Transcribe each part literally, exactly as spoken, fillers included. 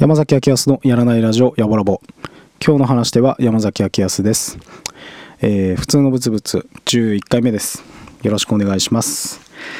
山崎明康のやらないラジオやぼらぼ。今日の話では山崎明康です。えー、普通のブツブツじゅういっかいめです。よろしくお願いします。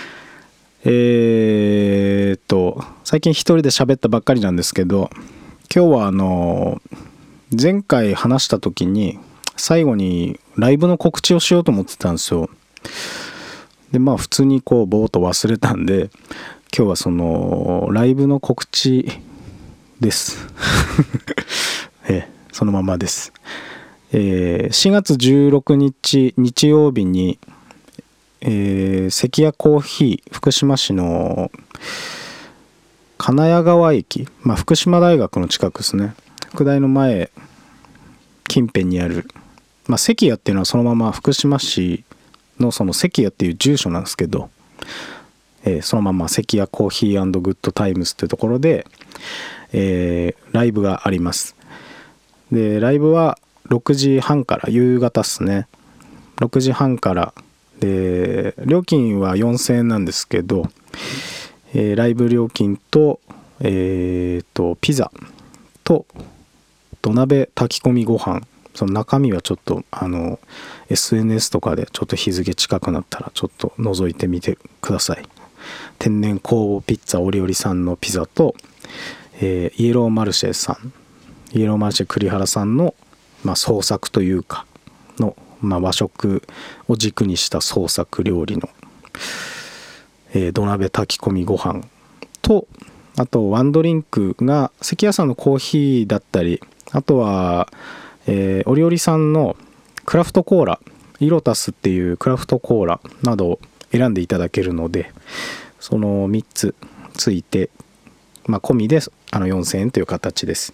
えーっと最近一人で喋ったばっかりなんですけど、今日はあの前回話した時に最後にライブの告知をしようと思ってたんですよ。でまあ普通にこうぼーっと忘れたんで、今日はそのライブの告知ですえそのままです。えー、しがつじゅうろくにち日曜日に、えー、関谷コーヒー福島市の金谷川駅、まあ、福島大学の近くですね、福大の前近辺にある、まあ、関谷っていうのはそのまま福島市のその関谷っていう住所なんですけど、えー、そのまま関谷コーヒー&グッドタイムスっていうところで、えー、ライブがあります。でライブはろくじはんから夕方っすね。ろくじはんからで料金はよんせんえんなんですけど、えー、ライブ料金とえー、とピザと土鍋炊き込みご飯、その中身はちょっとあの エスエヌエス とかでちょっと日付近くなったらちょっと覗いてみてください。天然酵母ピッツァオリオリさんのピザと、えー、イエローマルシェさんイエローマルシェ栗原さんの、まあ、創作というかの、まあ、和食を軸にした創作料理の、えー、土鍋炊き込みご飯と、あとワンドリンクが関谷さんのコーヒーだったり、あとは、えー、オリオリさんのクラフトコーライロタスっていうクラフトコーラなどを選んでいただけるので、そのみっつついて、まあ、込みであのよんせんえんという形です。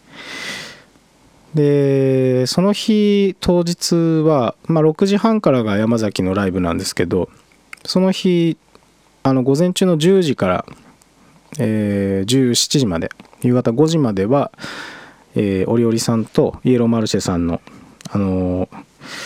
でその日当日は、まあ、ろくじはんからが山崎のライブなんですけど、その日あの午前中のじゅうじから、えー、じゅうしちじまで夕方ごじまでは、えー、オリオリさんとイエローマルシェさんの、あのー、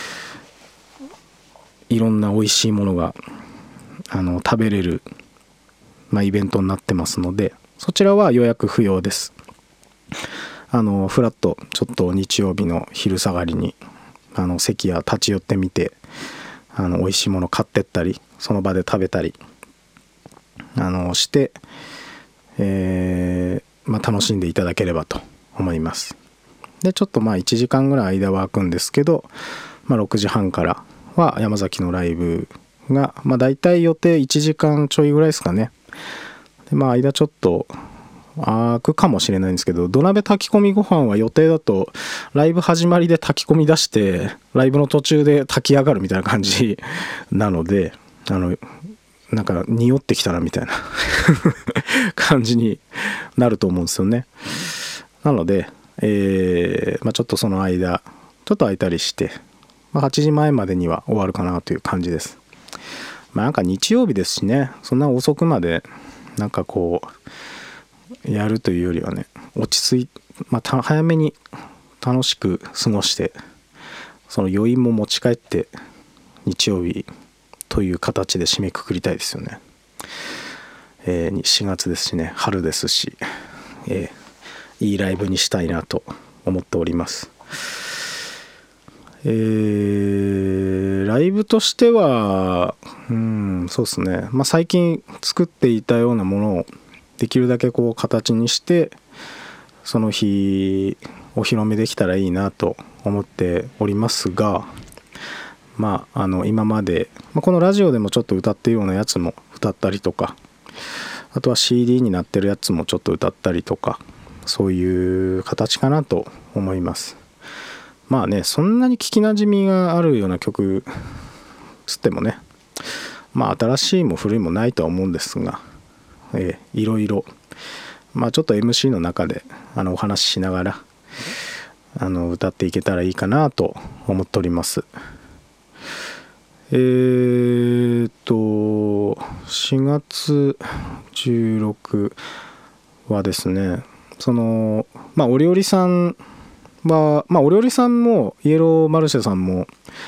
いろんな美味しいものがあの食べれる、まあ、イベントになってますので、そちらは予約不要です。あのフラッとちょっと日曜日の昼下がりにあの席や立ち寄ってみて、あの美味しいもの買ってったりその場で食べたりあのして、えーまあ、楽しんでいただければと思います。でちょっとまあいちじかんぐらい間は空くんですけど、まあ、ろくじはんからは山崎のライブが、まあ、だいたい予定いちじかんちょいぐらいですかね。でまあ間ちょっと開くかもしれないんですけど、土鍋炊き込みご飯は予定だとライブ始まりで炊き込み出してライブの途中で炊き上がるみたいな感じなので、あのなんか匂ってきたなみたいな感じになると思うんですよね。なので、えーまあ、ちょっとその間ちょっと空いたりして、まあ、はちじまえまでには終わるかなという感じです。まあなんか日曜日ですしね、そんな遅くまでなんかこうやるというよりはね、落ち着い、まあ、早めに楽しく過ごして、その余韻も持ち帰って日曜日という形で締めくくりたいですよね。えー、しがつですしね、春ですし、えー、いいライブにしたいなと思っております。えー、ライブとしてはうんそうですね、まあ、最近作っていたようなものをできるだけこう形にしてその日お披露目できたらいいなと思っておりますが、まああの今まで、まあ、このラジオでもちょっと歌ってるようなやつも歌ったりとか、あとは シーディー になってるやつもちょっと歌ったりとか、そういう形かなと思います。まあね、そんなに聞きなじみがあるような曲つってもね、まあ新しいも古いもないとは思うんですが、えー、いろいろまあちょっと エムシー の中であのお話ししながらあの歌っていけたらいいかなと思っております。えーっとしがつじゅうろくはですね、そのまあオリオリさんはまあオリオリさんもイエローマルシェさんも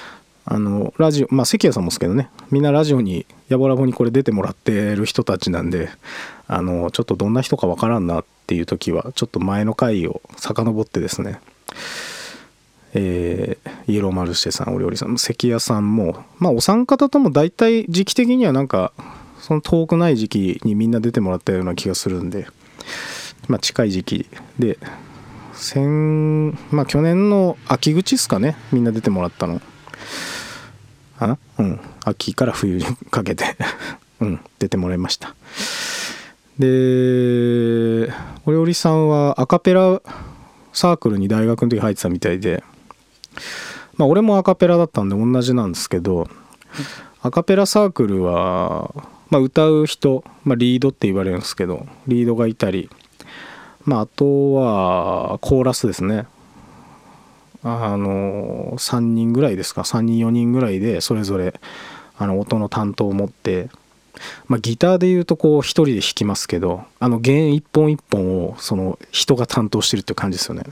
あのラジオ、まあ関谷さんもですけどね、みんなラジオにヤボラボにこれ出てもらってる人たちなんで、あのちょっとどんな人かわからんなっていう時はちょっと前の回を遡ってですね、えー、イエローマルシェさん、お料理さん、関谷さんも、まあお三方とも大体時期的にはなんかその遠くない時期にみんな出てもらったような気がするんで、まあ近い時期で、先まあ去年の秋口ですかね、みんな出てもらったのかな、うん、秋から冬にかけてうん出てもらいました。でお料理さんはアカペラサークルに大学の時入ってたみたいで、まあ俺もアカペラだったんで同じなんですけど、アカペラサークルは、まあ、歌う人、まあ、リードって言われるんですけど、リードがいたり、まあ、あとはコーラスですね。あのさんにんぐらいですか、さんにんよにんぐらいでそれぞれあの音の担当を持って、まあ、ギターでいうとこう一人で弾きますけど、あの弦一本一本をその人が担当してるっていう感じですよね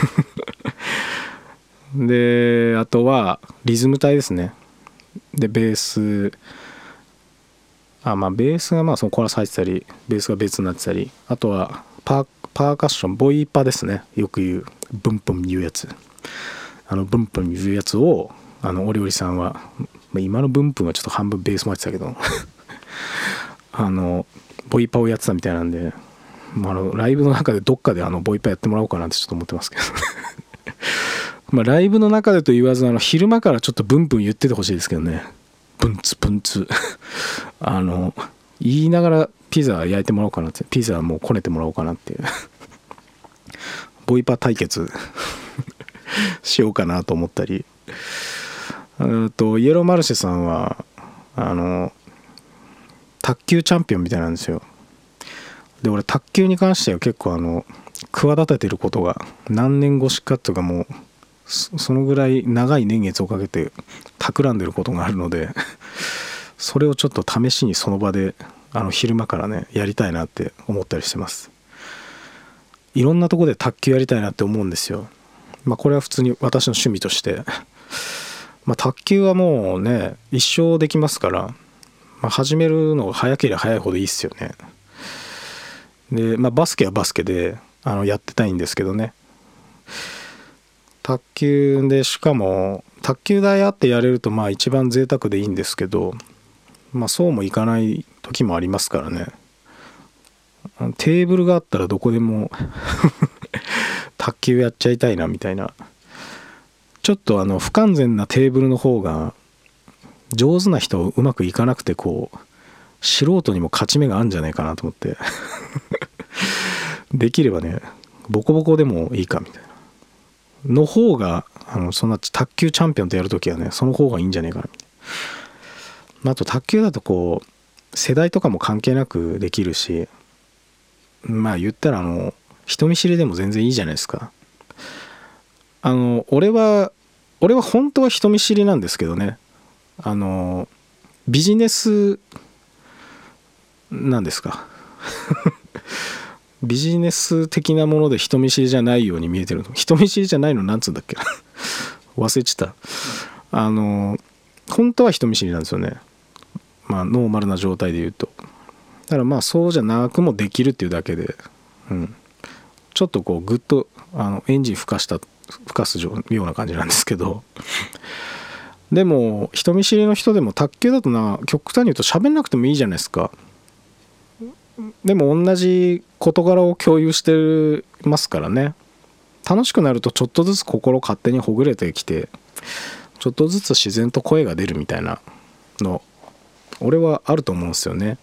であとはリズム隊ですね。でベース、あまあベースがまあそのコーラス入ってたり、ベースが別になってたり、あとはパー、パーカッション、ボイパですね、よく言うブンプン言うやつ、あのブンプン言うやつをあのお料理さんは、まあ、今のブンプンはちょっと半分ベースもやってたけどあのボイパをやってたみたいなんで、まあ、あのライブの中でどっかであのボイパやってもらおうかなってちょっと思ってますけどまあライブの中でと言わず、あの昼間からちょっとブンプン言っててほしいですけどね。ブンツブンツあの言いながらピザ焼いてもらおうかなって、ピザもうこねてもらおうかなっていうボイパ対決しようかなと思ったり、あとイエローマルシェさんはあの卓球チャンピオンみたいなんですよ。で俺卓球に関しては結構あの企ててることが何年越しかとか、もうそのぐらい長い年月をかけて企んでることがあるのでそれをちょっと試しにその場であの昼間からねやりたいなって思ったりしてます。いろんなとこで卓球やりたいなって思うんですよ。まあこれは普通に私の趣味としてまあ卓球はもうね一生できますから、まあ、始めるのが早ければ早いほどいいっすよね。でまあバスケはバスケであのやってたいんですけどね、卓球で、しかも卓球台あってやれるとまあ一番贅沢でいいんですけど、まあそうもいかない時もありますからね。テーブルがあったらどこでも卓球やっちゃいたいなみたいな、ちょっとあの不完全なテーブルの方が上手な人うまくいかなくて、こう素人にも勝ち目があるんじゃないかなと思ってできればねボコボコでもいいかみたいなの方が、あのそんな卓球チャンピオンとやるときはねその方がいいんじゃないかなみたいな。あと卓球だとこう世代とかも関係なくできるし、まあ言ったらあの人見知りでも全然いいじゃないですか。あの俺は俺は本当は人見知りなんですけどね、あのビジネスなんですかビジネス的なもので人見知りじゃないように見えてるの。人見知りじゃないのなんつうんだっけ忘れちゃった。あの本当は人見知りなんですよね。まあノーマルな状態で言うと。だからまあそうじゃなくもできるっていうだけで、うん、ちょっとこうグッとあのエンジン吹かした吹かすような感じなんですけど、でも人見知りの人でも卓球だとな、極端に言うと喋んなくてもいいじゃないですか。でも同じ事柄を共有してますからね。楽しくなるとちょっとずつ心勝手にほぐれてきて、ちょっとずつ自然と声が出るみたいなの俺はあると思うんですよね。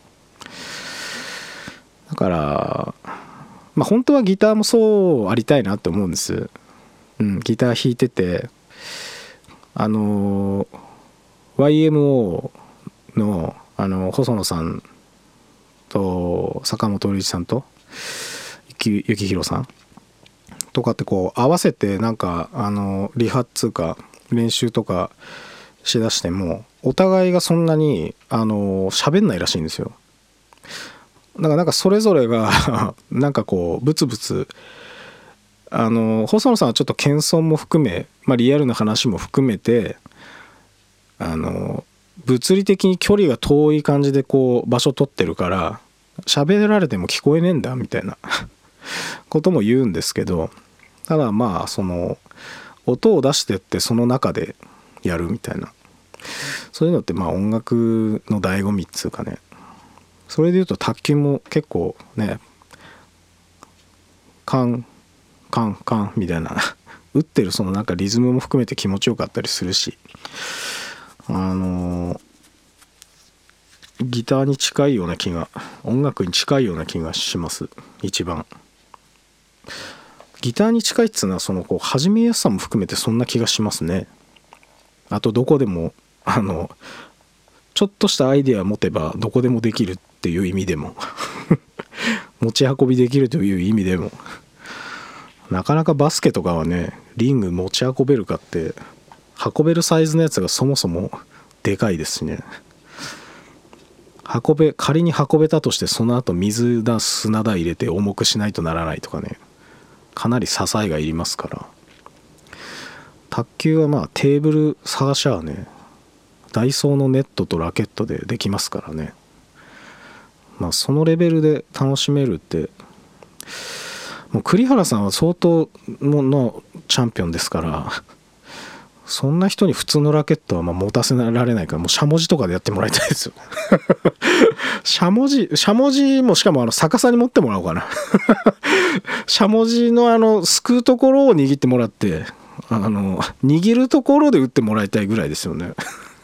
だからまあ本当はギターもそうありたいなって思うんです、うん、ギター弾いててあの ワイエムオー の, あの細野さんと坂本龍一さんと幸宏さんとかってこう合わせてなんかあのリハっつうか練習とかしだしてもお互いがそんなにあの喋んないらしいんですよ。だからなんかそれぞれがなんかこうブツブツあの細野さんはちょっと謙遜も含め、まあ、リアルな話も含めてあの物理的に距離が遠い感じでこう場所取ってるから喋られても聞こえねえんだみたいなことも言うんですけど、ただまあその音を出してってその中でやるみたいな、そういうのってまあ音楽の醍醐味っつうかね。それで言うと卓球も結構ねカンカンカンみたいな打ってるそのなんかリズムも含めて気持ちよかったりするし、あのギターに近いような気が、音楽に近いような気がします。一番ギターに近いっつうのはそのこう始めやすさも含めてそんな気がしますね。あとどこでもあのちょっとしたアイデアを持てばどこでもできるっていう意味でも持ち運びできるという意味でも、なかなかバスケとかはねリング持ち運べるかって運べるサイズのやつがそもそもでかいですしね。運べ仮に運べたとしてその後水だ砂だ入れて重くしないとならないとかね、かなり支えがいりますから。卓球はまあテーブル探しゃねダイソーのネットとラケットでできますからね。まあそのレベルで楽しめるって、もう栗原さんは相当のチャンピオンですから、そんな人に普通のラケットはまあ持たせられないから、もうしゃもじとかでやってもらいたいですよしゃもじしゃもじもしかもあの逆さに持ってもらおうかなしゃもじのあのすくうところを握ってもらって、あの握るところで打ってもらいたいぐらいですよね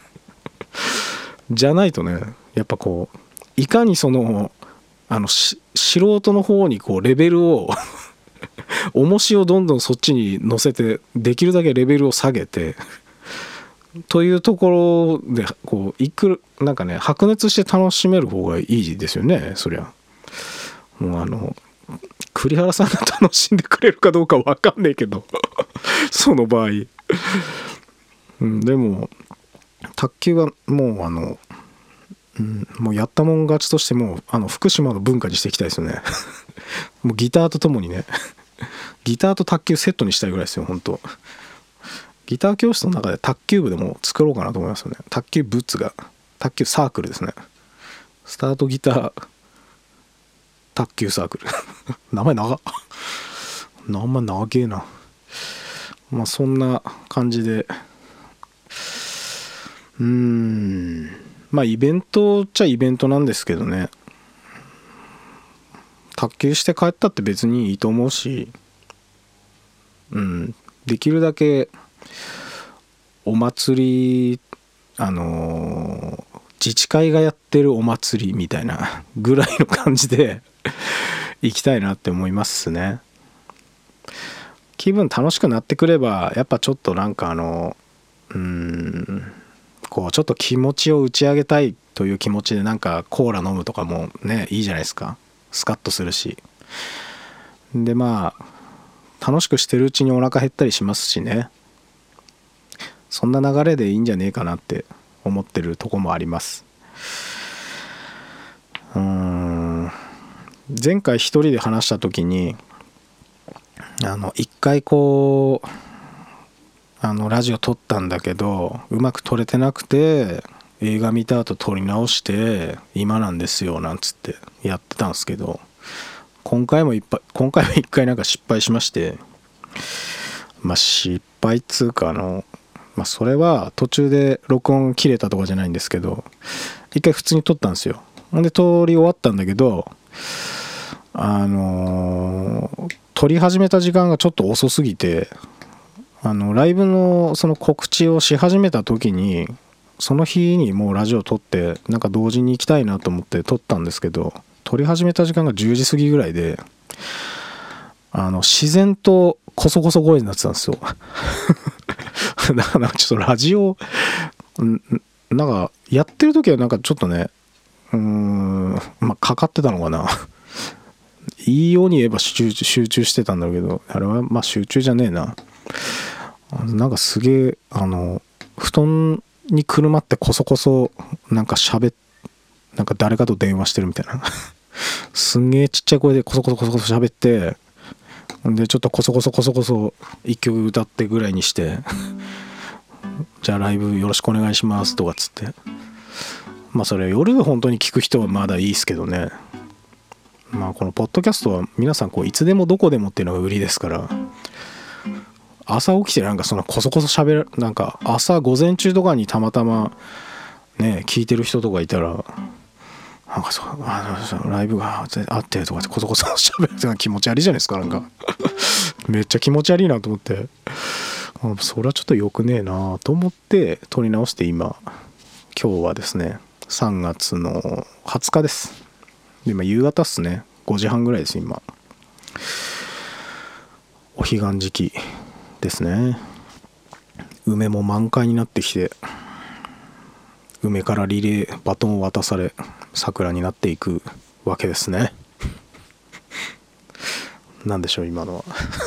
じゃないとねやっぱこういかにそのあのし素人の方にこうレベルを重しをどんどんそっちに乗せてできるだけレベルを下げてというところでこういくなんかね白熱して楽しめる方がいいですよね。そりゃもうあの栗原さんが楽しんでくれるかどうか分かんないけどその場合、うん、でも卓球はもうあの、うん、もうやったもん勝ちとしてもあの福島の文化にしていきたいですよねもうギターとともにねギターと卓球セットにしたいぐらいですよ本当。ギター教室の中で卓球部でも作ろうかなと思いますよね。卓球部っつが卓球サークルですね。スタートギター卓球サークル名前長っ名前長えな。まあそんな感じで、うーんまあイベントっちゃイベントなんですけどね、卓球して帰ったって別にいいと思うし、うんできるだけお祭りあのー、自治会がやってるお祭りみたいなぐらいの感じで行きたいなって思いますね。気分楽しくなってくればやっぱちょっとなんかあのうーんこうちょっと気持ちを打ち上げたいという気持ちでなんかコーラ飲むとかもねいいじゃないですか。スカッとするし、でまあ楽しくしてるうちにお腹減ったりしますしね、そんな流れでいいんじゃねえかなって思ってるとこもあります。うーん前回一人で話した時にあの一回こうあのラジオ撮ったんだけどうまく撮れてなくて映画見た後撮り直して今なんですよなんつってやってたんですけど、今回もいっぱい今回も一回なんか失敗しまして、まあ失敗っつうかあのまあそれは途中で録音切れたとかじゃないんですけど、一回普通に撮ったんですよ。で撮り終わったんだけどあのー、撮り始めた時間がちょっと遅すぎて、あのライブのその告知をし始めた時にその日にもうラジオ撮ってなんか同時に行きたいなと思って撮ったんですけど、撮り始めた時間がじゅうじ過ぎぐらいであの自然とコソコソ声になってたんですよだからちょっとラジオなんかやってる時はなんかちょっとねうーんまあかかってたのかないいように言えば集中、集中してたんだけど、あれはまあ集中じゃねえな。なんかすげえあの布団にくるまってコソコソなんか喋っなんか誰かと電話してるみたいなすんげえちっちゃい声でコソコソコソコソ喋ってでちょっとコソコソコソコソ一曲歌ってぐらいにしてじゃあライブよろしくお願いしますとかっつって、まあそれ夜本当に聞く人はまだいいですけどね。まあこのポッドキャストは皆さんこういつでもどこでもっていうのが売りですから、朝起きてなんかそのこそこそ喋る、なんか朝午前中とかにたまたまね聞いてる人とかいたら、なんかそうあのライブがあってとかってこそこそ喋るってのは気持ち悪いじゃないですか。なんかめっちゃ気持ち悪いなと思って、それはちょっと良くねえなと思って撮り直して、今今日はですねさんがつのはつかです。で今夕方っすね、ごじはんぐらいです。今お彼岸時期ですね。梅も満開になってきて、梅からリレーバトンを渡され桜になっていくわけですね。なんでしょう今のは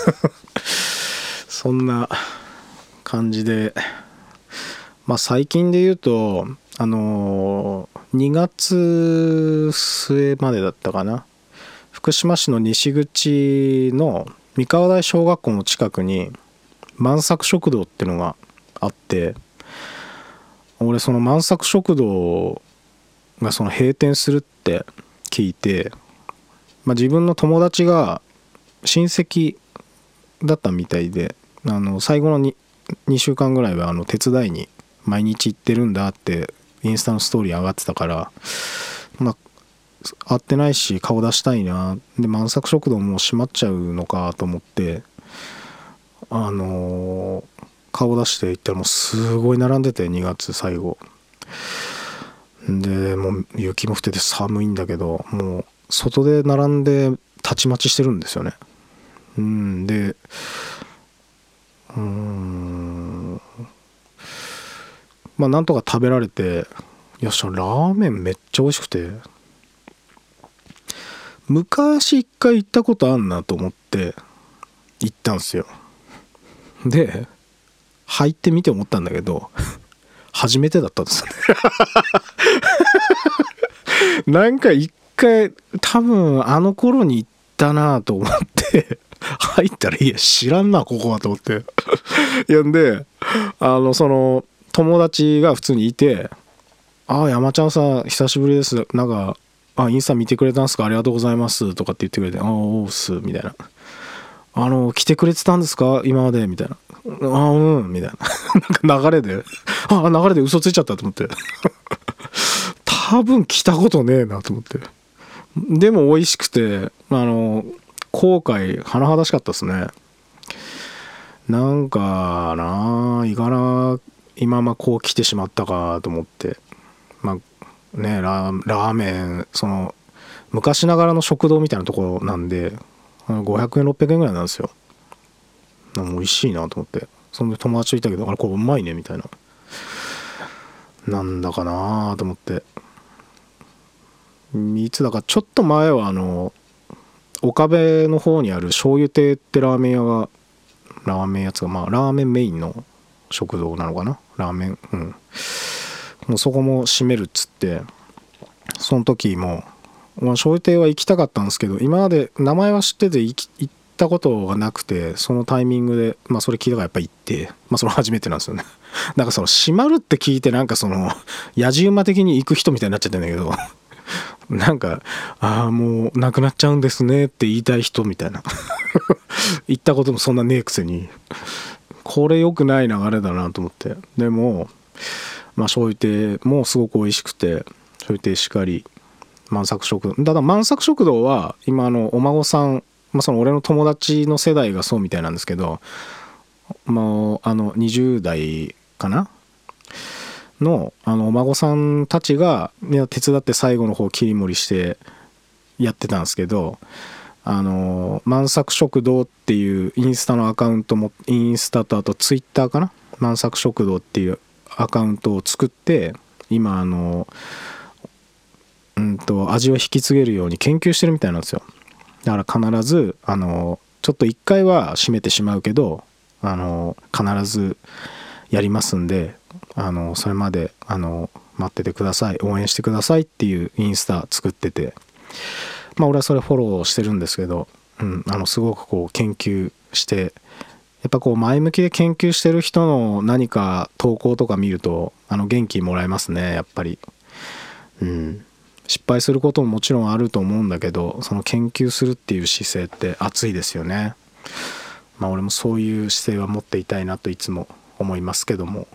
そんな感じで、まあ最近で言うとあのー、にがつ末までだったかな、福島市の西口の三川台小学校の近くに万作食堂ってのがあって、俺その万作食堂がその閉店するって聞いて、まあ、自分の友達が親戚だったみたいで、あの最後の 2, にしゅうかんぐらいはあの手伝いに毎日行ってるんだってインスタのストーリー上がってたから、まあ会ってないし顔出したいな。で万作食堂もう閉まっちゃうのかと思って、あのー、顔出して行ったらもうすごい並んでて、にがつ最後でもう雪も降ってて寒いんだけど、もう外で並んでたちまちしてるんですよね。うんでうーんまあなんとか食べられて、よっしゃラーメンめっちゃ美味しくて、昔一回行ったことあんなと思って行ったんすよ。で入ってみて思ったんだけど初めてだったんですよねなんか一回多分あの頃に行ったなと思って入ったら、いや知らんなここはと思っていやんであのその友達が普通にいて、ああ山ちゃんさん久しぶりです、なんかあインスタ見てくれたんすか、ありがとうございますとかって言ってくれて、ああおうっすみたいな、あの来てくれてたんですか今までみたいな、ああうんみたいななんか流れでああ流れで嘘ついちゃったと思って多分来たことねえなと思って、でも美味しくて、あの後悔甚だしかったですね。なんかなあいがら今まこう来てしまったかと思って、まあねラー、ラーメンその昔ながらの食堂みたいなところなんでごひゃくえんろっぴゃくえんぐらいなんですよ。美味しいなと思って、そんで友達といたけど、あれこれうまいねみたいな、なんだかなと思って、いつだかちょっと前はあの岡部の方にある醤油亭ってラーメン屋がラーメン屋つがまあラーメンメインの食堂なのかな、ラーメンうんもうそこも閉めるっつって、その時も、まあ、醤油亭は行きたかったんですけど、今まで名前は知ってて行き行ったことがなくて、そのタイミングでまあそれ聞いたからやっぱ行って、まあそれ初めてなんですよねなんかその閉まるって聞いてなんかそのやじ馬的に行く人みたいになっちゃってんだけどなんかああもうなくなっちゃうんですねって言いたい人みたいな行ったこともそんなねえくせに、これ良くない流れだなと思って、でもまあ醤油亭もすごく美味しくて、醤油亭しかり万作食堂、ただ万作食堂は今あのお孫さん、まあ、その俺の友達の世代がそうみたいなんですけど、もうあのにじゅう代かなのあのお孫さんたちが手伝って最後の方切り盛りしてやってたんですけど、あの万作食堂っていうインスタのアカウントも、インスタとあとツイッターかな、万作食堂っていうアカウントを作って、今あのうんと味を引き継げるように研究してるみたいなんですよ。だから必ずあのちょっと一回は閉めてしまうけど、あの必ずやりますんで、あのそれまであの待っててください、応援してくださいっていうインスタ作ってて、まあ俺はそれフォローしてるんですけど、うん、あのすごくこう研究してやっぱこう前向きで研究してる人の何か投稿とか見るとあの元気もらえますね、やっぱり。うん、失敗することももちろんあると思うんだけど、その研究するっていう姿勢って熱いですよね。まあ俺もそういう姿勢は持っていたいなといつも思いますけども。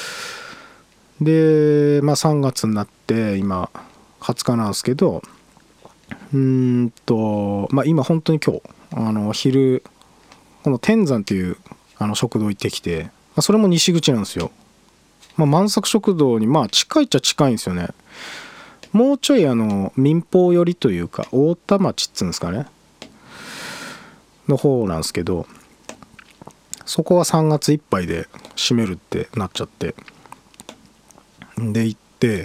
でまあさんがつになって今はつかなんですけど、うーんとまあ今本当に今日あの昼この天山っていうあの食堂行ってきて、まあ、それも西口なんですよ。まあ、万作食堂にまあ近いっちゃ近いんですよね。もうちょいあの民放寄りというか大田町っつうんですかねの方なんですけど、そこはさんがついっぱいで閉めるってなっちゃって、で行って、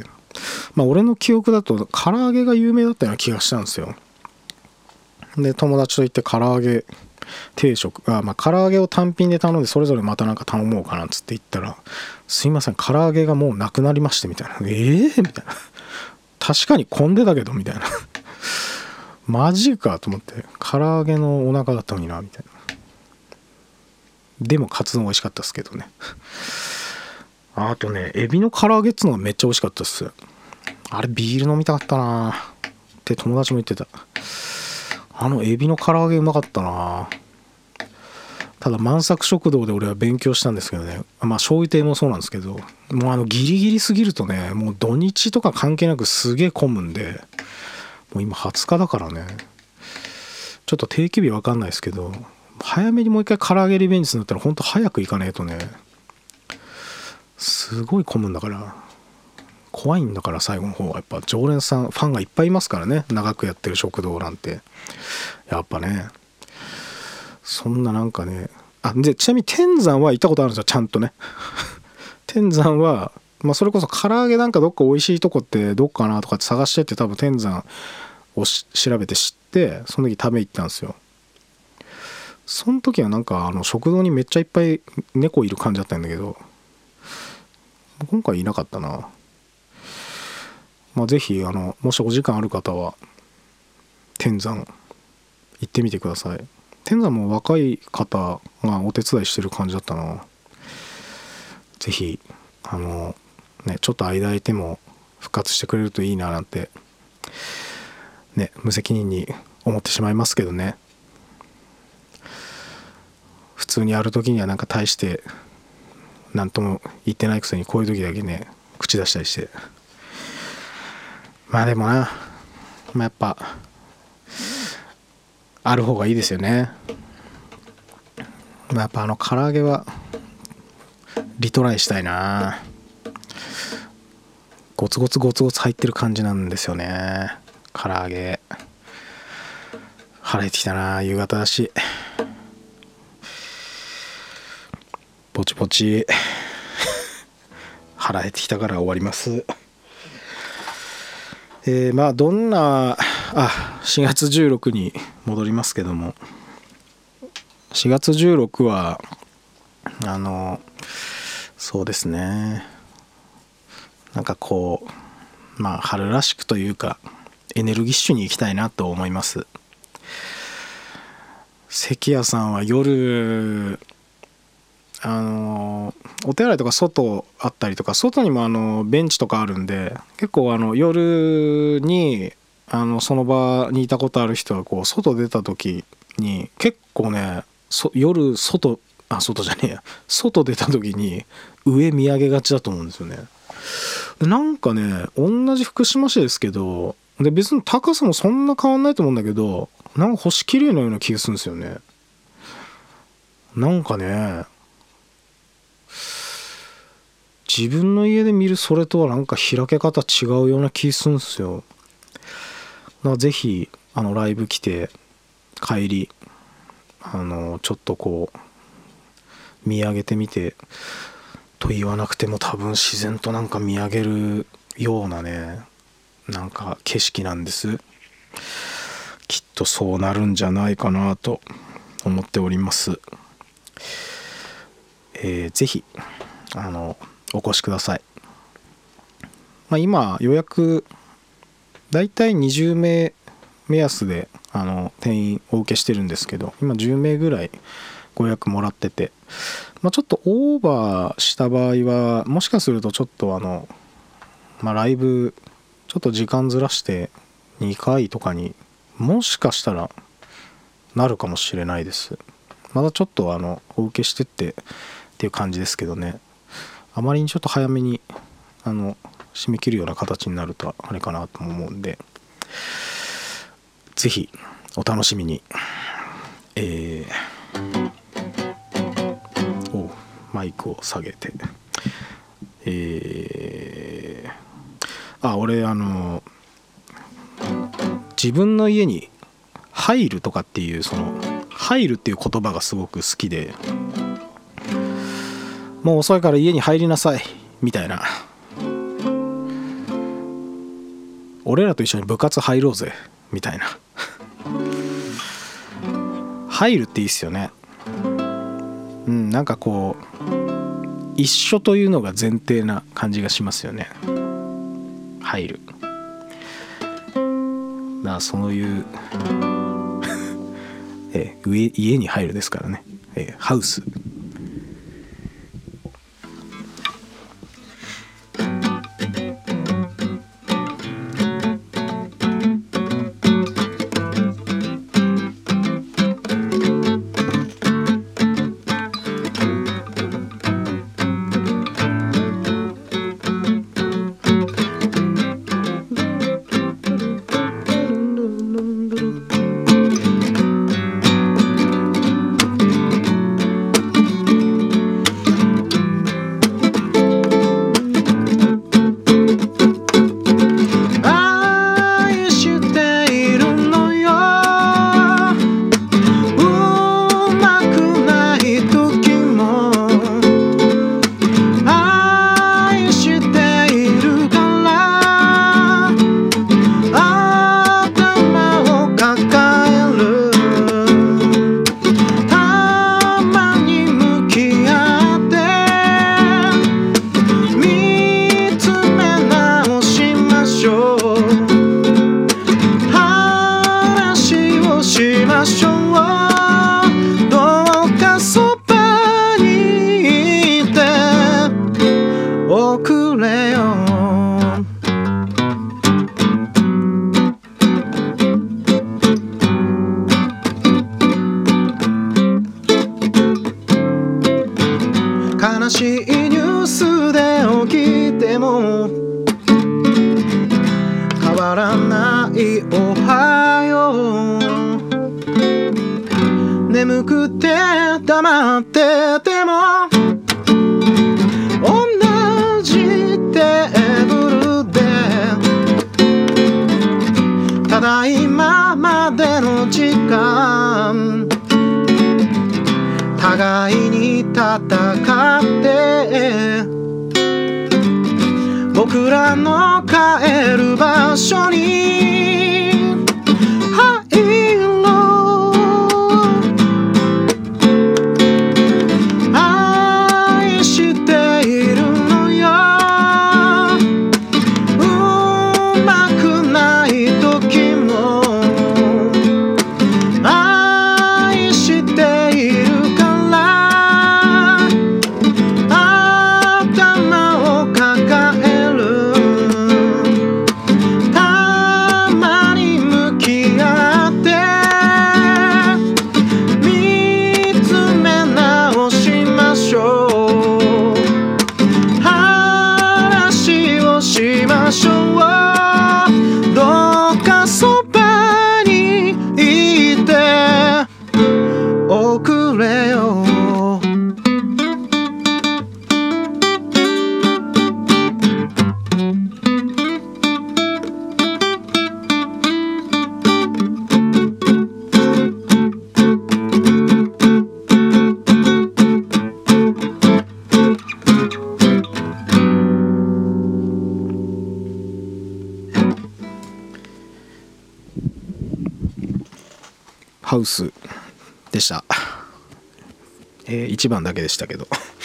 まあ俺の記憶だと唐揚げが有名だったような気がしたんですよ。で友達と行って唐揚げ定食あまあ唐揚げを単品で頼んでそれぞれまたなんか頼もうかなっつって言ったら、すいません唐揚げがもうなくなりましてみたいな、えーみたいな、確かに混んでたけどみたいなマジかと思って、唐揚げのお腹だったのになみたいな。でもカツ丼美味しかったですけどねあとねエビの唐揚げっつうのがめっちゃ美味しかったっす。あれビール飲みたかったなって友達も言ってた。あのエビの唐揚げうまかったな。ただ万作食堂で俺は勉強したんですけどね、まあ醤油亭もそうなんですけど、もうあのギリギリすぎるとね、もう土日とか関係なくすげえ混むんで、もう今はつかだからね、ちょっと定休日わかんないですけど、早めにもう一回唐揚げリベンジするんだったらほんと早く行かねえとね、すごい混むんだから怖いんだから、最後の方はやっぱ常連さんファンがいっぱいいますからね、長くやってる食堂なんてやっぱね。そんななんかね、あでちなみに天山は行ったことあるんですよ、ちゃんとね天山は、まあ、それこそ唐揚げなんかどっか美味しいとこってどっかなとかって探してって、多分天山を調べて知ってその時食べ行ったんですよ。その時はなんかあの食堂にめっちゃいっぱい猫いる感じだったんだけど、今回いなかったな。まあぜひあのもしお時間ある方は天山行ってみてください。天山も若い方がお手伝いしてる感じだったな。ぜひあのねちょっと間空いても復活してくれるといいななんてね無責任に思ってしまいますけどね。普通にやる時にはなんか大して何とも言ってないくせにこういう時だけね口出したりして、まあでもな、まあ、やっぱある方がいいですよね。まあ、やっぱあの唐揚げはリトライしたいな。ゴツゴツゴツゴツ入ってる感じなんですよね、唐揚げ。腹減ってきたな、夕方だし。ぼちぼち腹減ってきたから終わります。えー、まあどんなあしがつじゅうろくに戻りますけども、しがつじゅうろくはあのそうですね、なんかこうまあ春らしくというかエネルギッシュに行きたいなと思います。関谷さんは夜あのお手洗いとか外あったりとか、外にもあのベンチとかあるんで、結構あの夜にあのその場にいたことある人はこう外出た時に結構ね、そ夜外あ外じゃねえや外出た時に上見上げがちだと思うんですよね。なんかね同じ福島市ですけど、で別に高さもそんな変わんないと思うんだけど、なんか星綺麗なような気がするんですよね。なんかね自分の家で見るそれとはなんか開け方違うような気するんですよ。だからぜひあのライブ来て帰りあのちょっとこう見上げてみてと言わなくても多分自然となんか見上げるようなねなんか景色なんです。きっとそうなるんじゃないかなと思っております。えー、ぜひあのお越しください。まあ、今予約だいたいにじゅうめい目安であの定員お受けしてるんですけど、今じゅうめいぐらいご予約もらってて、まあ、ちょっとオーバーした場合はもしかするとちょっとあの、まあ、ライブちょっと時間ずらしてにかいとかにもしかしたらなるかもしれないです。まだちょっとあのお受けしてってっていう感じですけどね、あまりにちょっと早めにあの締め切るような形になるとあれかなと思うんで、ぜひお楽しみに。えー、おマイクを下げて、えー、あ俺あの自分の家に入るとかっていう、その入るっていう言葉がすごく好きで、もう遅いから家に入りなさいみたいな、俺らと一緒に部活入ろうぜみたいな入るっていいっすよね。うん、なんかこう一緒というのが前提な感じがしますよね。入るだ、そういうえ家家に入るですからね、えハウス。悲しいニュースで起きても変わらないおはよう、眠くて黙ってても同じテーブルでただいままでの時間互いに戦って僕らの帰る場所に入ろう。愛しているのよ、うまくない時も愛しているハウスでした。えー、いちばんだけでしたけど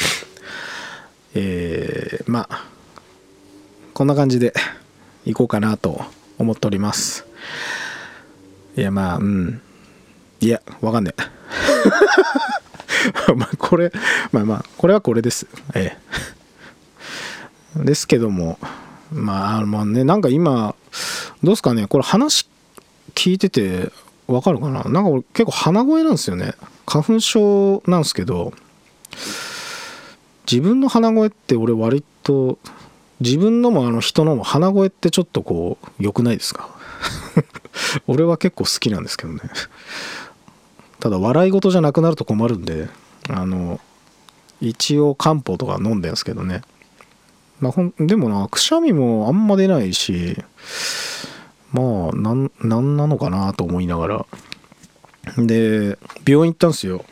えー、まあこんな感じでいこうかなと思っております。いやまあうんいやわかんねえまあこれまあまあこれはこれです。ええ。ですけども、まあまあね、なんか今どうですかね、これ話聞いててわかるかな。なんか俺結構鼻声なんですよね。花粉症なんですけど、自分の鼻声って俺割と自分のもあの人のも鼻声ってちょっとこう良くないですか？俺は結構好きなんですけどね。ただ笑い事じゃなくなると困るんで、あの一応漢方とか飲んでんですけどね。まあ、ほんでもな、くしゃみもあんま出ないし、まあなん、なんなのかなと思いながら、で病院行ったんですよ。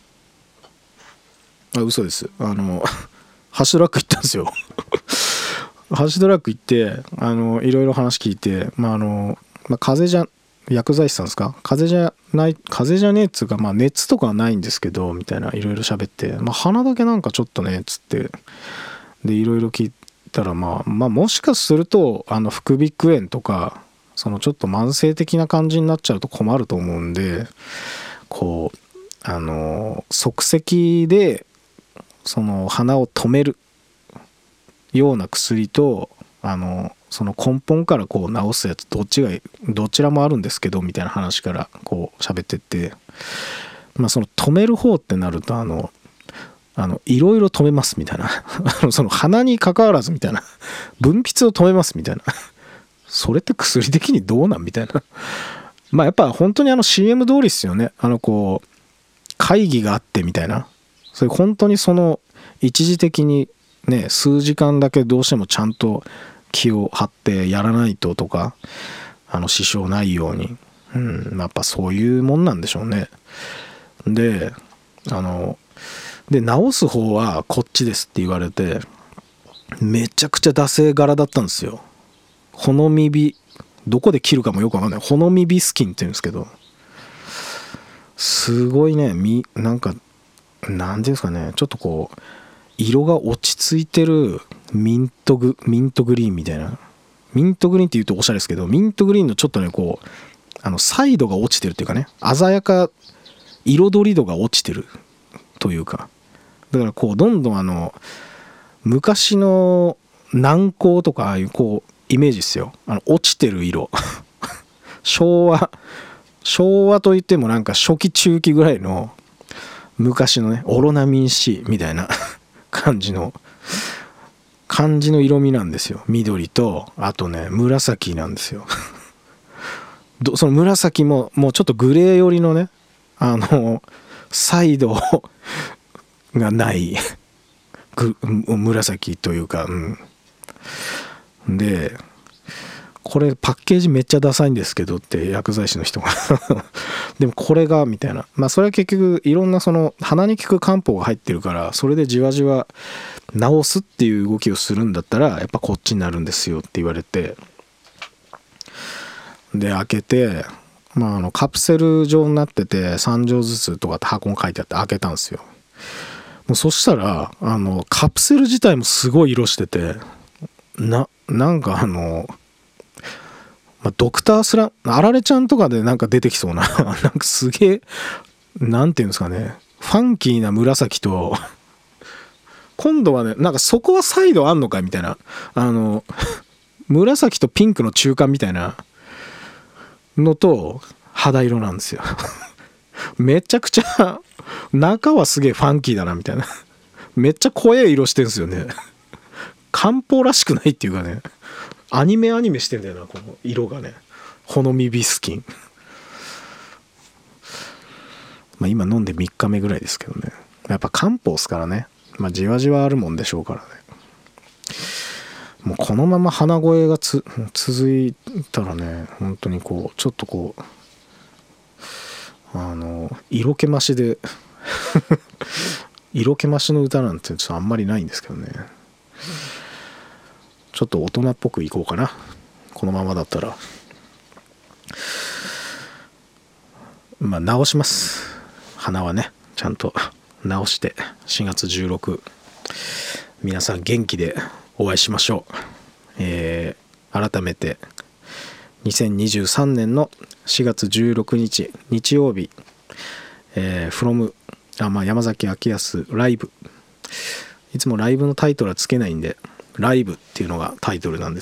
あ、嘘です。あのハッシュドラッグ行ったんですよ。ハッシュドラッグ行って、あのいろいろ話聞いて、まああの、まあ、風邪じゃ薬剤師さんですか、風邪じゃない風邪じゃねえっつうか、まあ熱とかはないんですけどみたいないろいろ喋って、まあ鼻だけなんかちょっとねっつって、でいろいろ聞いたら、まあまあもしかするとあの副鼻腔炎とか、そのちょっと慢性的な感じになっちゃうと困ると思うんで、こうあの即席でその鼻を止めるような薬と、あのその根本からこう治すやつ、どっちがどちらもあるんですけどみたいな話からこう喋ってって、まあその止める方ってなると、あのあのいろいろ止めますみたいなその鼻に関わらずみたいな、分泌を止めますみたいな、それって薬的にどうなんみたいな。まあやっぱ本当にあの シーエム 通りっすよね。あのこう会議があってみたいな、それ本当にその一時的にね、数時間だけどうしてもちゃんと気を張ってやらないととか、あの支障ないように、うん、やっぱそういうもんなんでしょうね。であので治す方はこっちですって言われて、めちゃくちゃ惰性柄だったんですよ。ほのみび、どこで切るかもよくわかんない、ほのみびスキンって言うんですけど、すごいね、みなんかなんていうんですかね、ちょっとこう色が落ち着いてるミントグミントグリーンみたいな、ミントグリーンって言うとおしゃれですけど、ミントグリーンのちょっとねこうあのサイドが落ちてるっていうかね、鮮やか彩り度が落ちてるというか、だからこうどんどんあの昔の軟膏とかああいうこうイメージですよ、あの落ちてる色昭和昭和といってもなんか初期中期ぐらいの昔のねオロナミン C みたいな感じの感じの色味なんですよ。緑とあとね紫なんですよ。その紫ももうちょっとグレー寄りのね、あのサイドがないぐ紫というか、うん、でこれパッケージめっちゃダサいんですけどって薬剤師の人がでもこれがみたいな、まあそれは結局いろんなその鼻に効く漢方が入ってるから、それでじわじわ治すっていう動きをするんだったらやっぱこっちになるんですよって言われて、で開けて、まああのカプセル状になっててさん錠ずつとかって箱に書いてあって開けたんですよ。もうそしたらあのカプセル自体もすごい色してて、ななんかあのまあ、ドクタースラあられちゃんとかでなんか出てきそうななんかすげえなんていうんですかね、ファンキーな紫と今度はねなんかそこはサイドあんのかみたいな、あの紫とピンクの中間みたいなのと肌色なんですよめちゃくちゃ中はすげえファンキーだなみたいな、めっちゃ濃い色してんすよね漢方らしくないっていうかね、アニメアニメしてんだよなこの色がね、ほのみビスキンまあ今飲んでみっかめぐらいですけどね、やっぱ漢方っすからね、まあじわじわあるもんでしょうからね。もうこのまま鼻声がつ続いたらね、本当にこうちょっとこうあの色気増しで色気増しの歌なんてちょっとあんまりないんですけどね、ちょっと大人っぽくいこうかなこのままだったら。まあ直します、鼻はねちゃんと直してしがつじゅうろく皆さん元気でお会いしましょう。えー、改めてにせんにじゅうさんねんのしがつじゅうろくにち日曜日、えー、from あまあ山崎昭康ライブ、いつもライブのタイトルはつけないんでライブっていうのがタイトルなんです。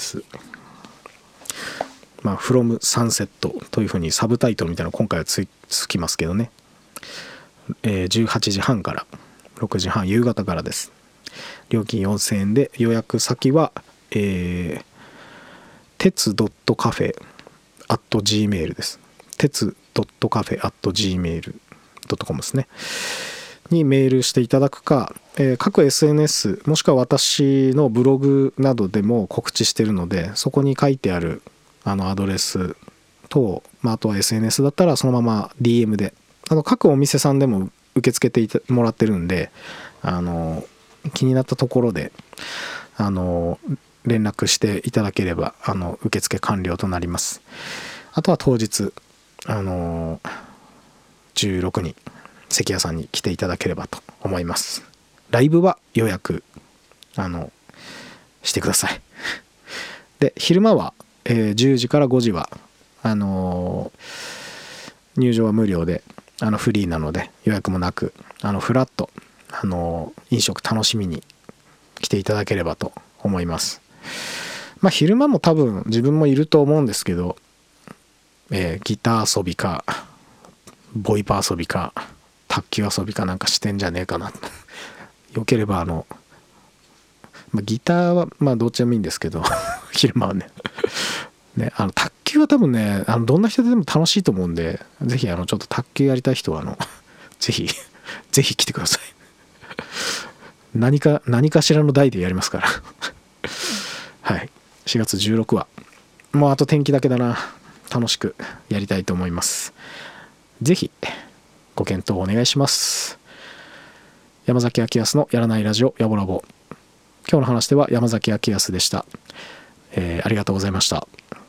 まあ from sunset というふうにサブタイトルみたいなの今回は つ, つきますけどね、えー、じゅうはちじはんからろくじはん夕方からです。料金よんせんえんで予約先は、えー、鉄 .cafe at gmail です。鉄 .cafe at gmail ドットコム ですねにメールしていただくか、えー、各 エスエヌエス もしくは私のブログなどでも告知しているので、そこに書いてあるあのアドレスと、まあ、あとは エスエヌエス だったらそのまま ディーエム で、あの各お店さんでも受け付けていたもらってるんで、あの気になったところであの連絡していただければあの受付完了となります。あとは当日あのじゅうろくにん関谷さんに来ていただければと思います。ライブは予約あのしてください。で昼間は、えー、じゅうじからごじはあのー、入場は無料であのフリーなので予約もなくあのフラッとあのー、飲食楽しみに来ていただければと思います。まあ昼間も多分自分もいると思うんですけど、えー、ギター遊びかボイパ遊びか卓球遊びかなんかしてんじゃねえかなよければあの、まあ、ギターはまあどっちでもいいんですけど昼間はねねあの卓球は多分ねあのどんな人でも楽しいと思うんで、ぜひあのちょっと卓球やりたい人はあのぜひぜひ来てください何か何かしらの台でやりますからはいしがつじゅうろくはもうあと天気だけだな、楽しくやりたいと思います。ぜひご検討お願いします。山崎昭康のやらないラジオやぼらぼ、今日の話では山崎昭康でした。えー、ありがとうございました。